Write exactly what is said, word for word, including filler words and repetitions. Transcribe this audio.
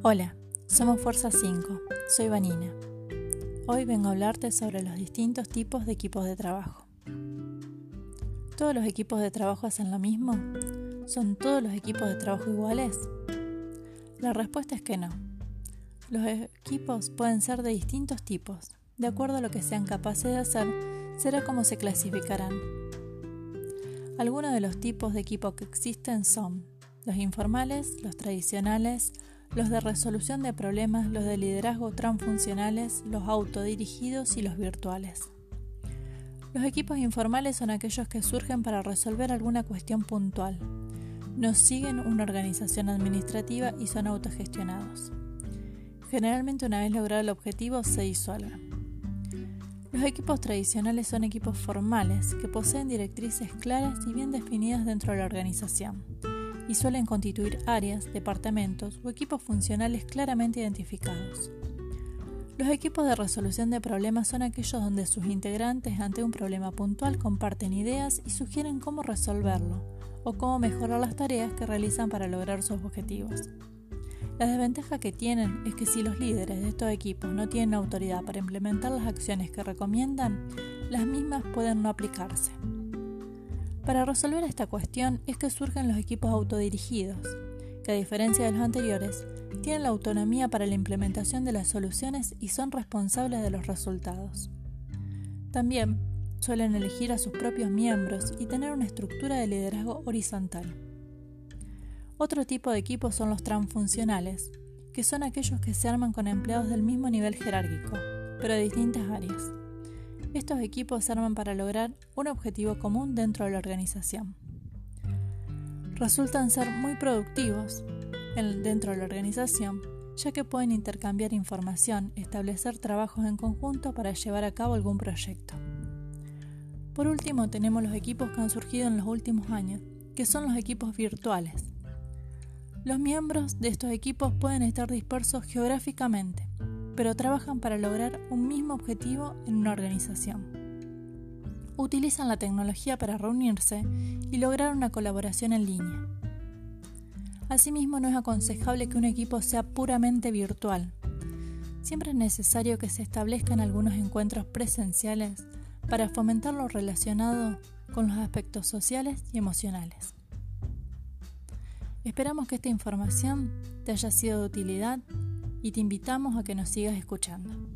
Hola, somos Fuerza cinco, soy Vanina. Hoy vengo a hablarte sobre los distintos tipos de equipos de trabajo. ¿Todos los equipos de trabajo hacen lo mismo? ¿Son todos los equipos de trabajo iguales? La respuesta es que no. Los equipos pueden ser de distintos tipos. De acuerdo a lo que sean capaces de hacer, será como se clasificarán. Algunos de los tipos de equipo que existen son los informales, los tradicionales, los de resolución de problemas, los de liderazgo transfuncionales, los autodirigidos y los virtuales. Los equipos informales son aquellos que surgen para resolver alguna cuestión puntual. No siguen una organización administrativa y son autogestionados. Generalmente, una vez logrado el objetivo, se disuelven. Los equipos tradicionales son equipos formales que poseen directrices claras y bien definidas dentro de la organización, y suelen constituir áreas, departamentos o equipos funcionales claramente identificados. Los equipos de resolución de problemas son aquellos donde sus integrantes ante un problema puntual comparten ideas y sugieren cómo resolverlo o cómo mejorar las tareas que realizan para lograr sus objetivos. La desventaja que tienen es que si los líderes de estos equipos no tienen autoridad para implementar las acciones que recomiendan, las mismas pueden no aplicarse. Para resolver esta cuestión es que surgen los equipos autodirigidos, que a diferencia de los anteriores, tienen la autonomía para la implementación de las soluciones y son responsables de los resultados. También suelen elegir a sus propios miembros y tener una estructura de liderazgo horizontal. Otro tipo de equipos son los transfuncionales, que son aquellos que se arman con empleados del mismo nivel jerárquico, pero de distintas áreas. Estos equipos se arman para lograr un objetivo común dentro de la organización. Resultan ser muy productivos dentro de la organización, ya que pueden intercambiar información, establecer trabajos en conjunto para llevar a cabo algún proyecto. Por último, tenemos los equipos que han surgido en los últimos años, que son los equipos virtuales. Los miembros de estos equipos pueden estar dispersos geográficamente, pero trabajan para lograr un mismo objetivo en una organización. Utilizan la tecnología para reunirse y lograr una colaboración en línea. Asimismo, no es aconsejable que un equipo sea puramente virtual. Siempre es necesario que se establezcan algunos encuentros presenciales para fomentar lo relacionado con los aspectos sociales y emocionales. Esperamos que esta información te haya sido de utilidad y te invitamos a que nos sigas escuchando.